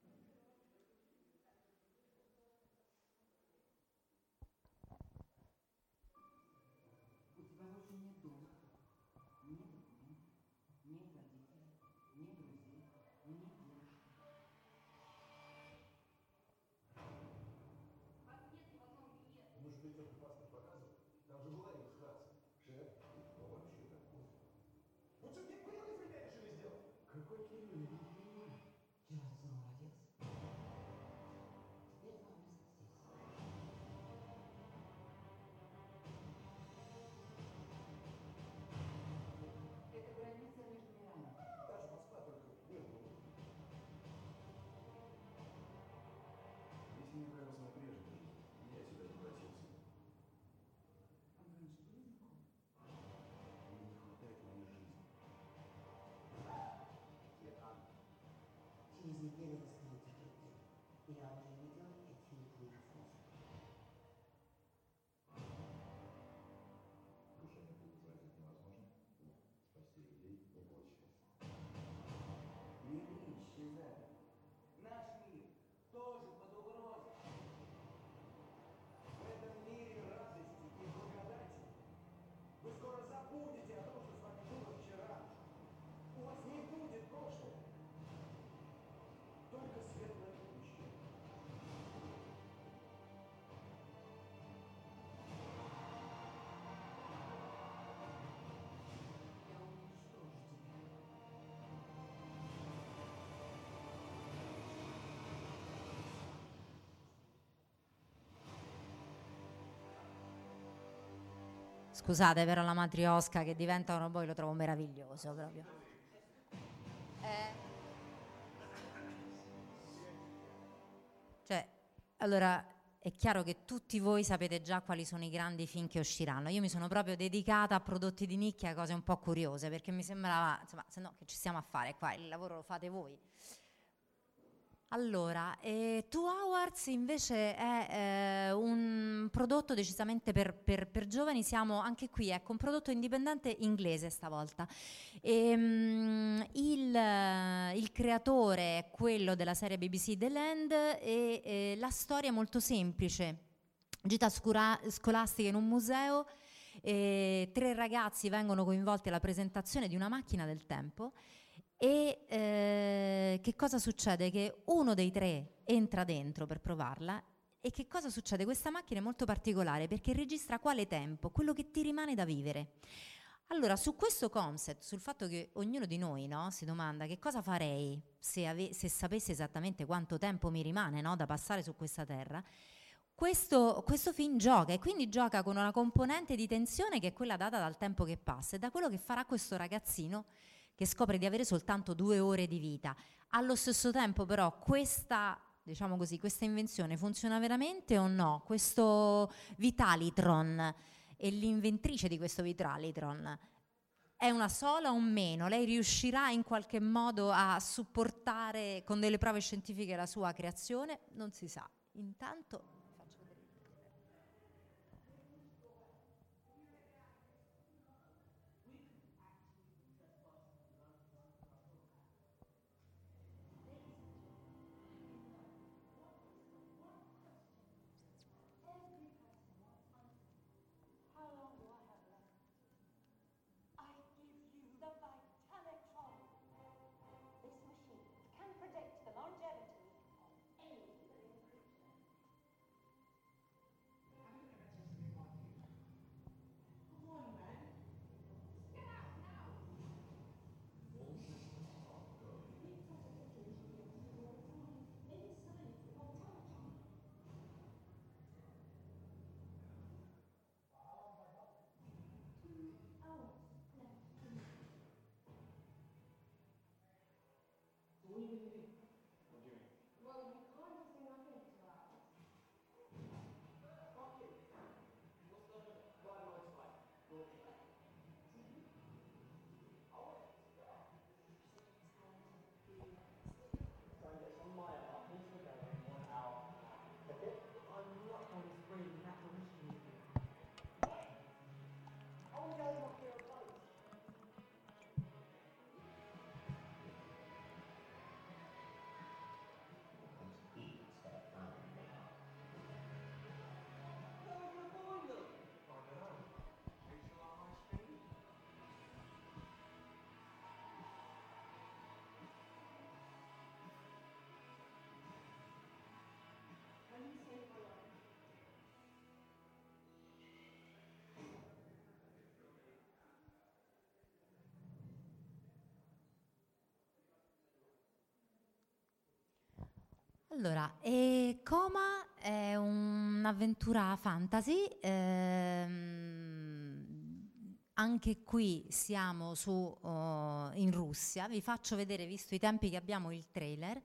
У тебя больше нет дома, нет документов, нет родителей, нет друзей, нет девушки. Может быть, он паспорт показывал? Там же была иллюстрация. Шеф, ну вообще такой. Ну что, где Кирилл, если решили сделать? Какой Кирилл? Я не понимаю. Черт, Зора, sì, pieno di spiriti tutti. I oggi milioni e figli confusi. Нарушение предотвратить невозможно? Нет. Спасти людей не получается. Миры исчезают. Наш мир тоже под угрозой. В этом мире радости и благодати вы скоро забудете о том, что с вами было вчера. У вас не будет прошлого. Только светлое будущее. Я уничтожу тебя. Scusate, però la matriosca che diventa un robot lo trovo meraviglioso proprio. Eh. Cioè, allora, è chiaro che tutti voi sapete già quali sono i grandi film che usciranno. Io mi sono proprio dedicata a prodotti di nicchia, cose un po' curiose, perché mi sembrava, insomma, se no che ci stiamo a fare qua, il lavoro lo fate voi. Allora, eh, Two Hours invece è eh, un prodotto decisamente per, per- per giovani. Siamo anche qui, ecco, un prodotto indipendente inglese stavolta. Ehm, il, eh, il creatore è quello della serie B B C The Land e eh, la storia è molto semplice. Gita scura- scolastica in un museo, eh, tre ragazzi vengono coinvolti alla presentazione di una macchina del tempo. E eh, che cosa succede? Che uno dei tre entra dentro per provarla. E che cosa succede? Questa macchina è molto particolare perché registra quale tempo, quello che ti rimane da vivere. Allora, su questo concept, sul fatto che ognuno di noi, no, si domanda che cosa farei se, ave- se sapessi esattamente quanto tempo mi rimane, no, da passare su questa terra, questo, questo film gioca, e quindi gioca con una componente di tensione che è quella data dal tempo che passa e da quello che farà questo ragazzino che scopre di avere soltanto due ore di vita. Allo stesso tempo però questa, diciamo così, questa invenzione funziona veramente o no? Questo Vitalitron e l'inventrice di questo Vitalitron è una sola o meno? Lei riuscirà in qualche modo a supportare con delle prove scientifiche la sua creazione? Non si sa. Intanto faccio vedere il trailer. How long do I have left? I give you the Vitalictron. This machine can predict the longevity of any living creature. Come on, man. Get out now. All systems are go. Big classification gives you your time inside the Vitalictron. Two hours left to live. So what are you gonna do? What do you mean? Well, you can't just do nothing in two hours. Fuck it. What's the ride lights like? Go on. Try and get some mile up into the day in one hour. Okay? I'm not on the screen, that's a mission. What? I want to go in my fair place. Once people start finding me out. Where are you gonna find them? I don't know. H L R high speed? When you say hello, Allora, e Coma è un'avventura fantasy, ehm, anche qui siamo su, oh, in Russia. Vi faccio vedere, visto i tempi che abbiamo, il trailer.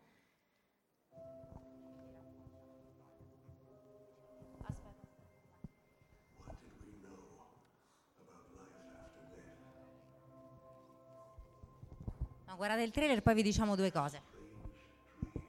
Aspetta. What did we know about life after death? No, guardate il trailer, poi vi diciamo due cose. Strange dreams.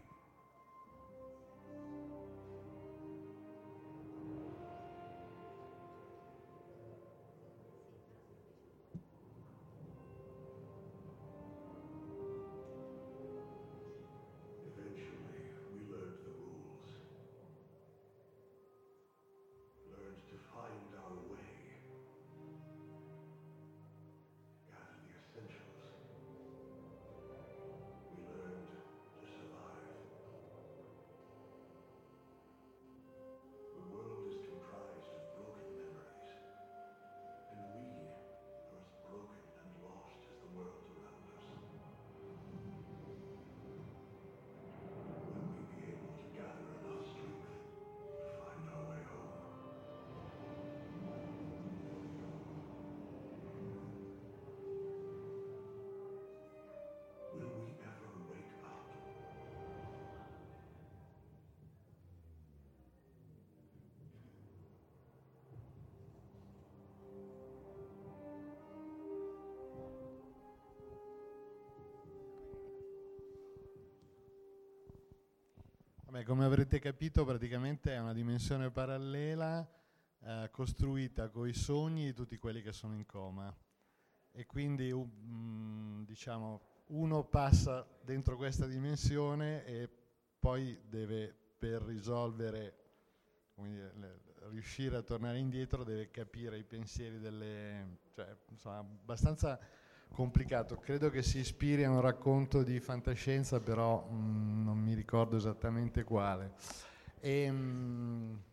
Vabbè, come avrete capito, praticamente è una dimensione parallela eh, costruita con i sogni di tutti quelli che sono in coma. E quindi um, diciamo uno passa dentro questa dimensione e poi deve, per risolvere, come dire, le, riuscire a tornare indietro, deve capire i pensieri delle... cioè, insomma, abbastanza complicato. Credo che si ispiri a un racconto di fantascienza, però mh, non mi ricordo esattamente quale. E, mh,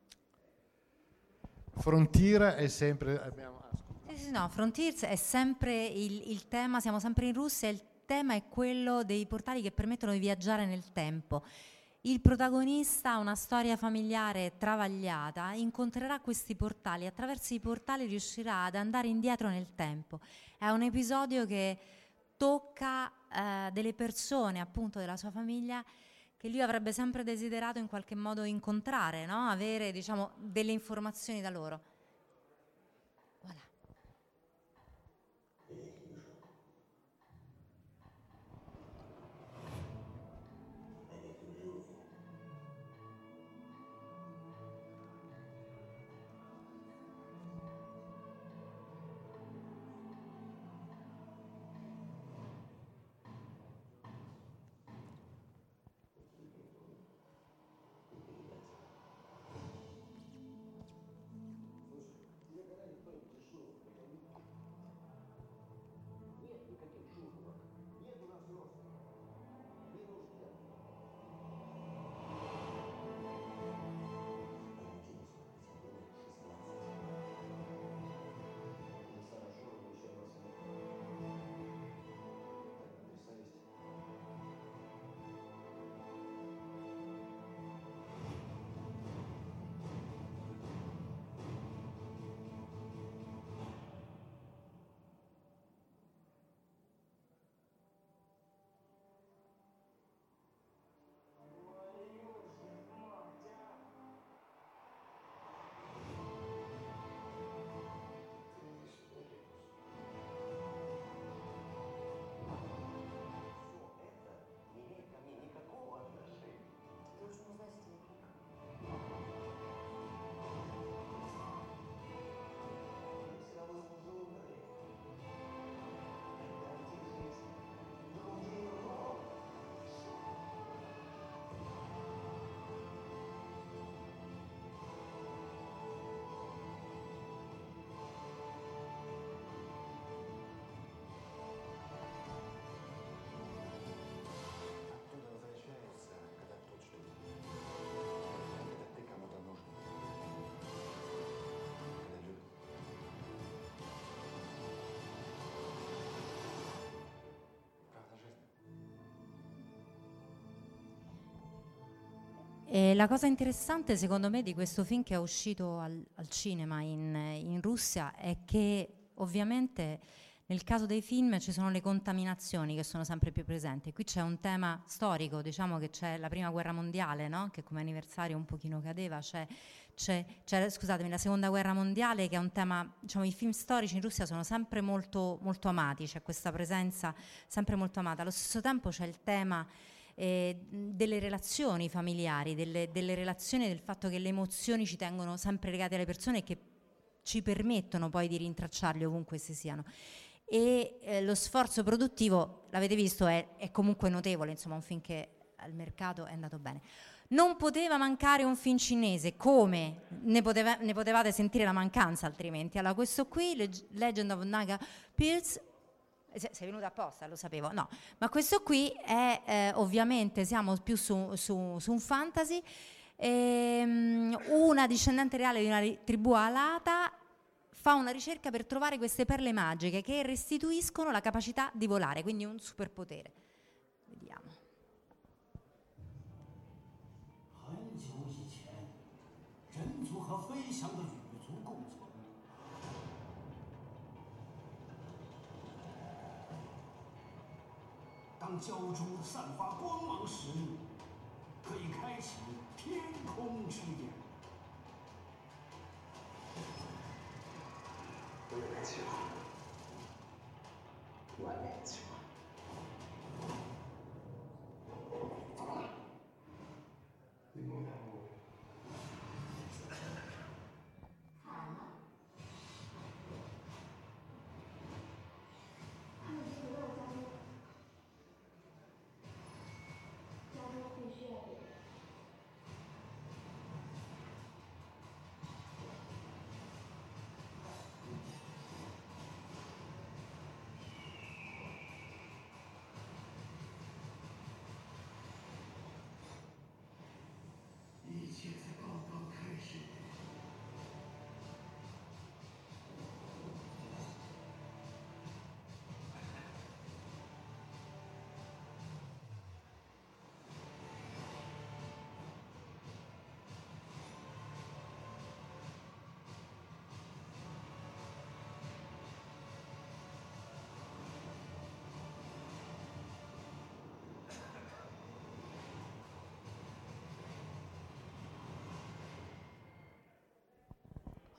Frontier è sempre... Abbiamo, ah, Sì, sì, no, Frontiers è sempre il, il tema, siamo sempre in Russia, il tema è quello dei portali che permettono di viaggiare nel tempo. Il protagonista ha una storia familiare travagliata, incontrerà questi portali, attraverso i portali riuscirà ad andare indietro nel tempo. È un episodio che tocca eh, delle persone, appunto della sua famiglia, che lui avrebbe sempre desiderato in qualche modo incontrare, no? Avere, diciamo, delle informazioni da loro. Voilà. E la cosa interessante secondo me di questo film che è uscito al, al cinema in, in Russia è che ovviamente nel caso dei film ci sono le contaminazioni che sono sempre più presenti. Qui c'è un tema storico, diciamo che c'è la prima guerra mondiale, no? Che come anniversario un pochino cadeva, c'è, c'è, c'è scusatemi, la seconda guerra mondiale che è un tema, diciamo i film storici in Russia sono sempre molto, molto amati, c'è questa presenza sempre molto amata. Allo stesso tempo c'è il tema Eh, delle relazioni familiari, delle, delle relazioni, del fatto che le emozioni ci tengono sempre legate alle persone e che ci permettono poi di rintracciarli ovunque essi siano. E eh, lo sforzo produttivo, l'avete visto, è, è comunque notevole, insomma un film che al mercato è andato bene. Non poteva mancare un film cinese, come ne, poteva, ne potevate sentire la mancanza altrimenti. Allora questo qui, Legend of Naga Pills, sei venuta apposta, lo sapevo, no, ma questo qui è eh, ovviamente siamo più su, su, su un fantasy, ehm, una discendente reale di una tribù alata fa una ricerca per trovare queste perle magiche che restituiscono la capacità di volare, quindi un superpotere. Vediamo. 很久以前，人族和飞翔的羽族共存。当鲛珠散发光芒时，可以开启天空之眼。 我有个计划，完美的计划。怎么了？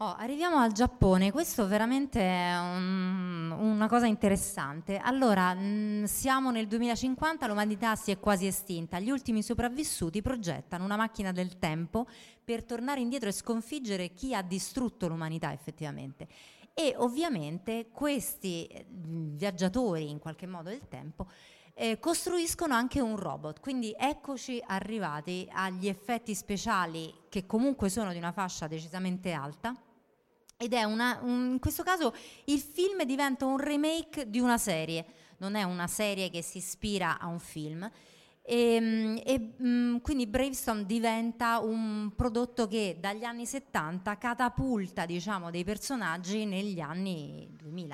Oh, arriviamo al Giappone, questo veramente è un- una cosa interessante. Allora, mh, siamo nel duemilacinquanta, l'umanità si è quasi estinta. Gli ultimi sopravvissuti progettano una macchina del tempo per tornare indietro e sconfiggere chi ha distrutto l'umanità effettivamente. E ovviamente questi eh, viaggiatori, in qualche modo del tempo, eh, costruiscono anche un robot. Quindi eccoci arrivati agli effetti speciali che comunque sono di una fascia decisamente alta. Ed è una, un- in questo caso il film diventa un remake di una serie, non è una serie che si ispira a un film. E, mm, e, mm, quindi Bravestone diventa un prodotto che dagli anni settanta catapulta, diciamo, dei personaggi negli anni duemila.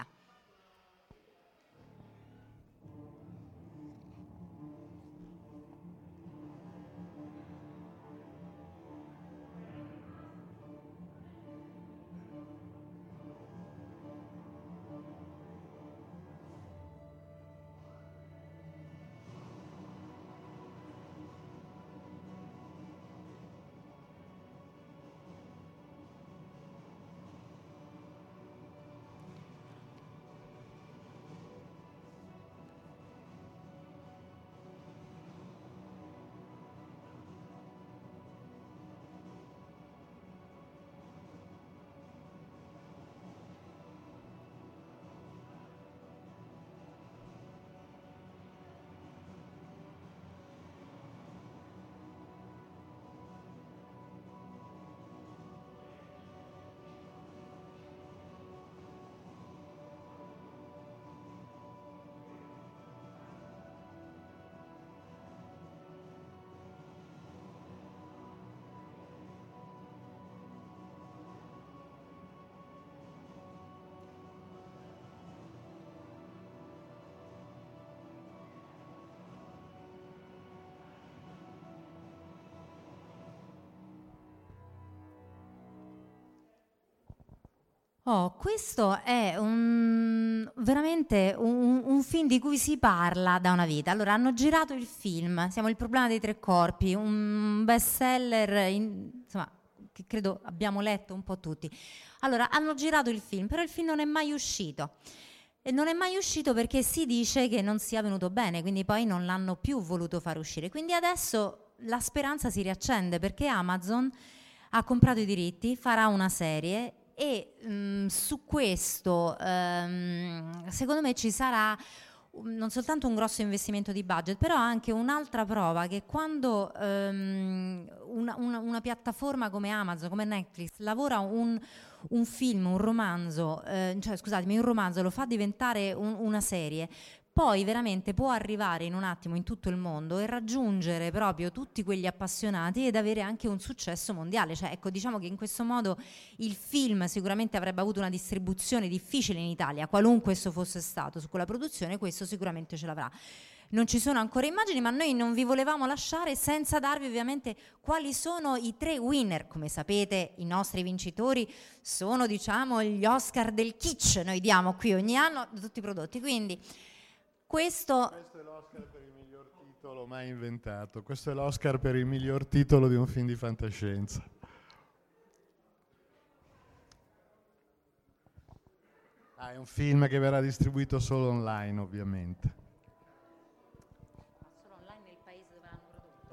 Oh, questo è un, veramente un, un film di cui si parla da una vita. Allora, hanno girato il film, siamo Il problema dei tre corpi, un bestseller, in- insomma, che credo abbiamo letto un po' tutti. Allora, hanno girato il film, però il film non è mai uscito. E non è mai uscito perché si dice che non sia venuto bene, quindi poi non l'hanno più voluto far uscire. Quindi adesso la speranza si riaccende perché Amazon ha comprato i diritti, farà una serie e mh, su questo ehm, secondo me ci sarà un- non soltanto un grosso investimento di budget, però anche un'altra prova che quando ehm, una, una- una piattaforma come Amazon, come Netflix, lavora un, un film, un romanzo, eh, cioè scusatemi, un romanzo lo fa diventare un- una serie, poi veramente può arrivare in un attimo in tutto il mondo e raggiungere proprio tutti quegli appassionati ed avere anche un successo mondiale. Cioè, ecco, diciamo che in questo modo il film sicuramente avrebbe avuto una distribuzione difficile in Italia, qualunque esso fosse stato su quella produzione, questo sicuramente ce l'avrà. Non ci sono ancora immagini, ma noi non vi volevamo lasciare senza darvi ovviamente quali sono i tre winner. Come sapete, i nostri vincitori sono, diciamo, gli Oscar del kitsch, noi diamo qui ogni anno tutti i prodotti. Quindi questo Questo è l'Oscar per il miglior titolo mai inventato. Questo è l'Oscar per il miglior titolo di un film di fantascienza. Ah, è un film che verrà distribuito solo online, ovviamente. solo online nel paese dove hanno prodotto.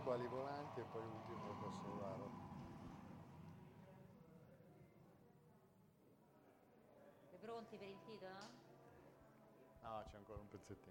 squali volanti e poi ultimo il Kossovaro. Sei pronti per il titolo? No, c'è ancora un pezzettino.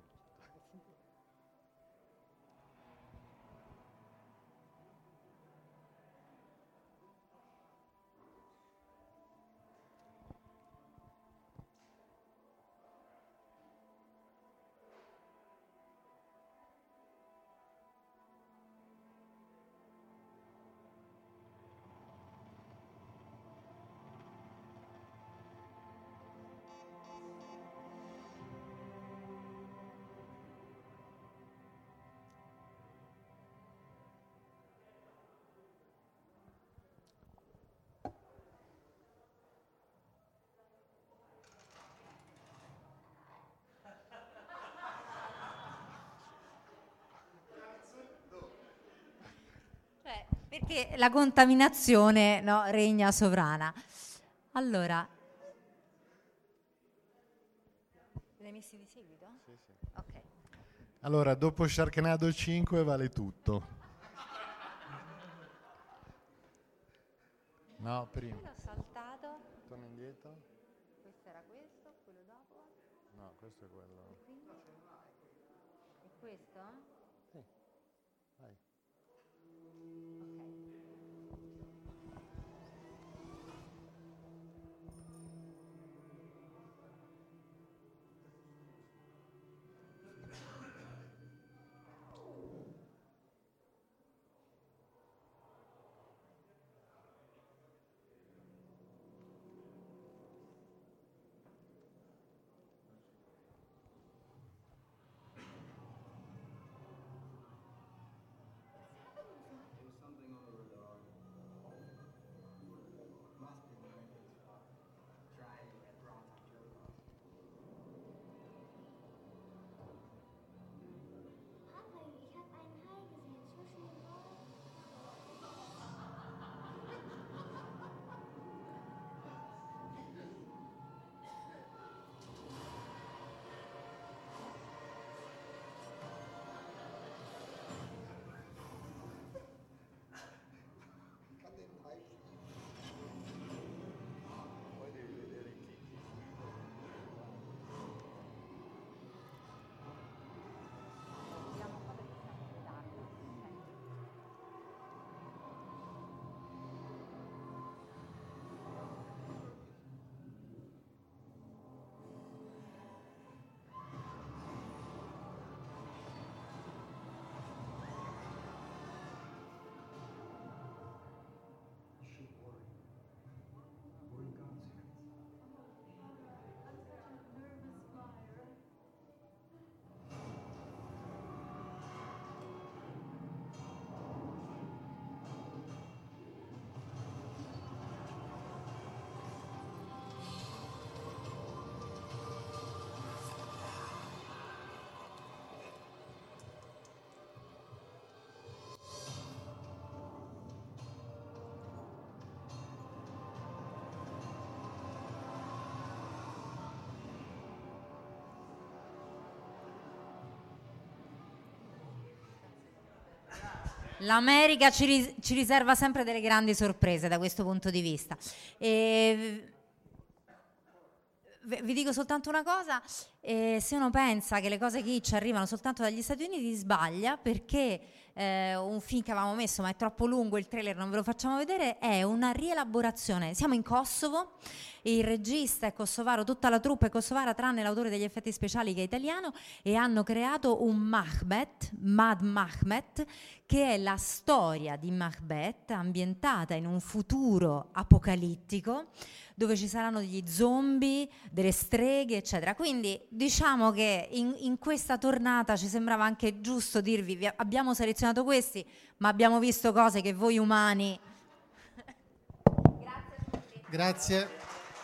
Cioè, perché la contaminazione, no, regna sovrana. Allora, l'hai messi di seguito? Sì, sì. Ok. Allora, dopo Sharknado cinque vale tutto. No, prima. L'ho saltato. Torna indietro. Questo era questo, quello dopo. No, questo è quello. E qui? E questo? Sì, vai. There's something on the radar. Must be the maintenance spot. Try at ground temperature. Papa, ich habe einen Hai gesehen zwischen den Bäumen. Kann den Hai Poi devi vedere chi. Vediamo un po' perché siamo in ritardo. Ok. You should worry. We're in God's hands. I'm such a nervous flyer. L'America ci, ris- ci riserva sempre delle grandi sorprese da questo punto di vista. E v- vi dico soltanto una cosa, eh, se uno pensa che le cose kitsch arrivano soltanto dagli Stati Uniti sbaglia, perché eh, un film che avevamo messo ma è troppo lungo, il trailer non ve lo facciamo vedere, è una rielaborazione. Siamo in Kosovo, il regista è kosovaro, tutta la troupe è kosovara tranne l'autore degli effetti speciali che è italiano, e hanno creato un Macbeth, Mad Macbeth, che è la storia di Macbeth ambientata in un futuro apocalittico dove ci saranno degli zombie, delle streghe, eccetera. Quindi diciamo che in, in questa tornata ci sembrava anche giusto dirvi, vi abbiamo selezionato questi, ma abbiamo visto cose che voi umani... Grazie a tutti. Grazie.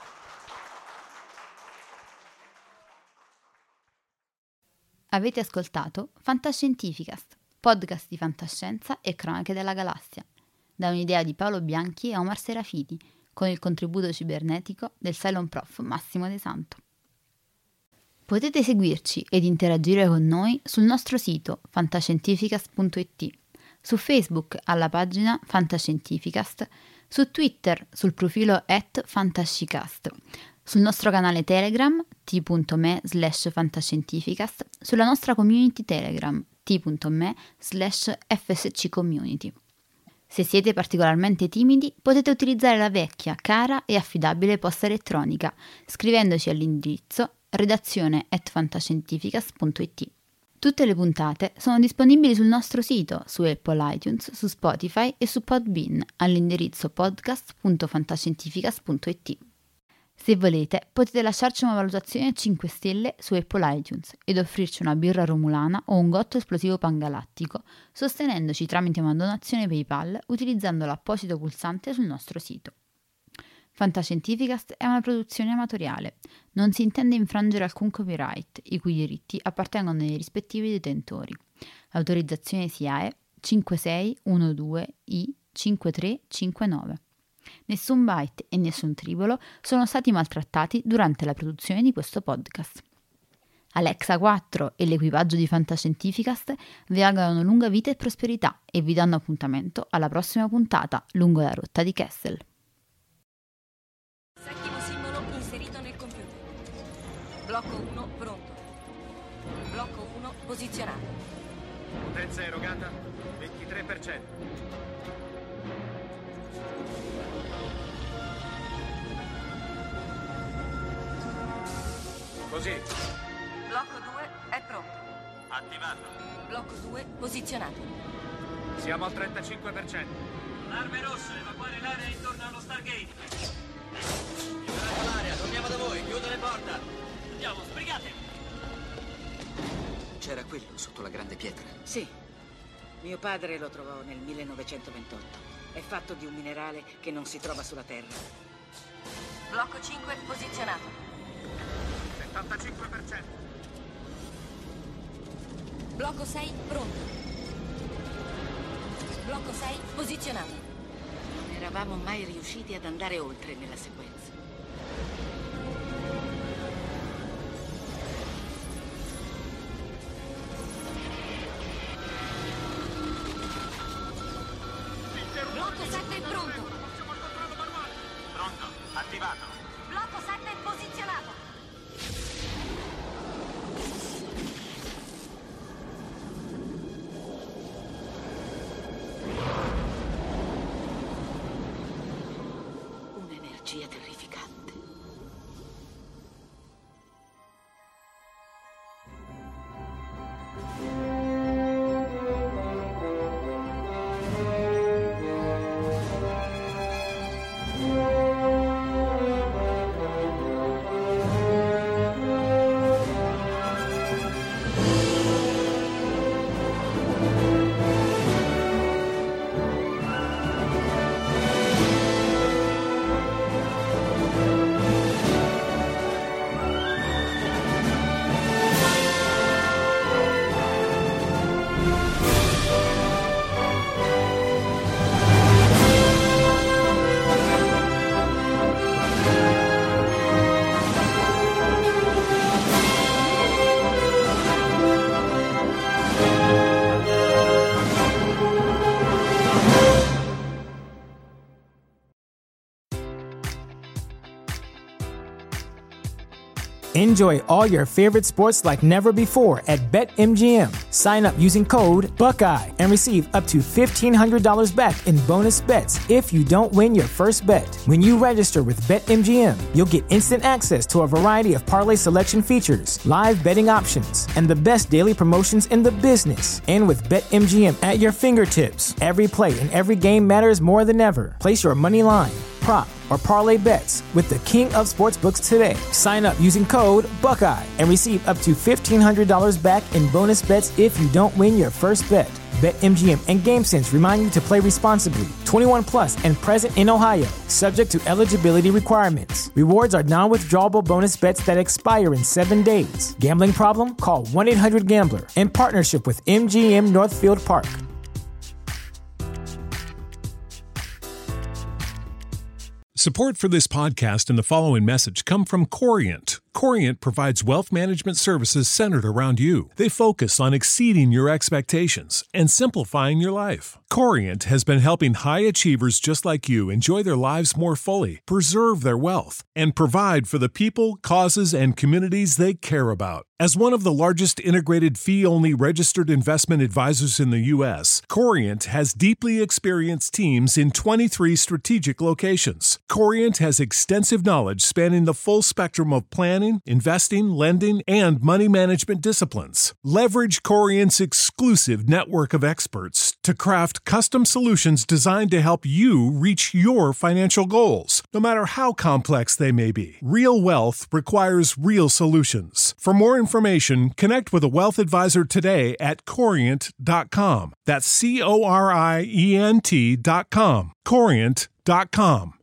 Avete ascoltato Fantascientificast, podcast di fantascienza e cronache della galassia, da un'idea di Paolo Bianchi e Omar Serafiti, con il contributo cibernetico del Cylon Prof Massimo De Santo. Potete seguirci ed interagire con noi sul nostro sito fantascientificast punto it, su Facebook alla pagina Fantascientificast, su Twitter sul profilo at Fantascicast, sul nostro canale Telegram t.me slash fantascientificast, sulla nostra community Telegram t.me slash fsccommunity. Se siete particolarmente timidi, potete utilizzare la vecchia, cara e affidabile posta elettronica, scrivendoci all'indirizzo redazione at fantascientificast punto it. Tutte le puntate sono disponibili sul nostro sito, su Apple iTunes, su Spotify e su Podbean, all'indirizzo podcast punto fantascientificast punto it. Se volete, potete lasciarci una valutazione a cinque stelle su Apple iTunes ed offrirci una birra romulana o un gotto esplosivo pangalattico, sostenendoci tramite una donazione PayPal utilizzando l'apposito pulsante sul nostro sito. Fantascientificast è una produzione amatoriale. Non si intende infrangere alcun copyright, i cui diritti appartengono ai rispettivi detentori. L'autorizzazione S I A E cinque sei uno due I cinque tre cinque nove. Nessun byte e nessun tribolo sono stati maltrattati durante la produzione di questo podcast. Alexa quattro e l'equipaggio di Fantascientificast vi augurano lunga vita e prosperità e vi danno appuntamento alla prossima puntata lungo la rotta di Kessel. Settimo simbolo inserito nel computer. Blocco uno pronto. Blocco uno posizionato. Potenza erogata ventitré per cento. Così. Blocco due è pronto. Attivato. Blocco due posizionato. Siamo al trentacinque per cento. Arme rosse, evacuare l'area intorno allo Stargate. Liberate l'area, torniamo da voi, chiudo le porte. Andiamo, sbrigate. C'era quello sotto la grande pietra. Sì. Mio padre lo trovò nel millenovecentoventotto. È fatto di un minerale che non si trova sulla Terra. Blocco cinque posizionato. settantacinque per cento. Blocco sei pronto. Blocco sei posizionato. Non eravamo mai riusciti ad andare oltre nella sequenza. Blocco sette pronto. Pronto, attivato. Blocco sette posizionato. Un'energia terrificante. Enjoy all your favorite sports like never before at BetMGM. Sign up using code Buckeye and receive up to fifteen hundred dollars back in bonus bets if you don't win your first bet. When you register with BetMGM, you'll get instant access to a variety of parlay selection features, live betting options, and the best daily promotions in the business. And with BetMGM at your fingertips, every play and every game matters more than ever. Place your money line, prop, or parlay bets with the king of sportsbooks today. Sign up using code Buckeye and receive up to fifteen hundred dollars back in bonus bets if you don't win your first bet. BetMGM and GameSense remind you to play responsibly. twenty-one plus and present in Ohio, subject to eligibility requirements. Rewards are non-withdrawable bonus bets that expire in seven days. Gambling problem? Call one eight hundred gambler in partnership with M G M Northfield Park. Support for this podcast and the following message come from Corient. Corient provides wealth management services centered around you. They focus on exceeding your expectations and simplifying your life. Corient has been helping high achievers just like you enjoy their lives more fully, preserve their wealth, and provide for the people, causes, and communities they care about. As one of the largest integrated fee-only registered investment advisors in the U S, Corient has deeply experienced teams in twenty-three strategic locations. Corient has extensive knowledge spanning the full spectrum of planning, investing, lending, and money management disciplines. Leverage Corient's exclusive network of experts to craft custom solutions designed to help you reach your financial goals, no matter how complex they may be. Real wealth requires real solutions. For more information, connect with a wealth advisor today at corient dot com. That's C O R I E N T dot com. corient dot com.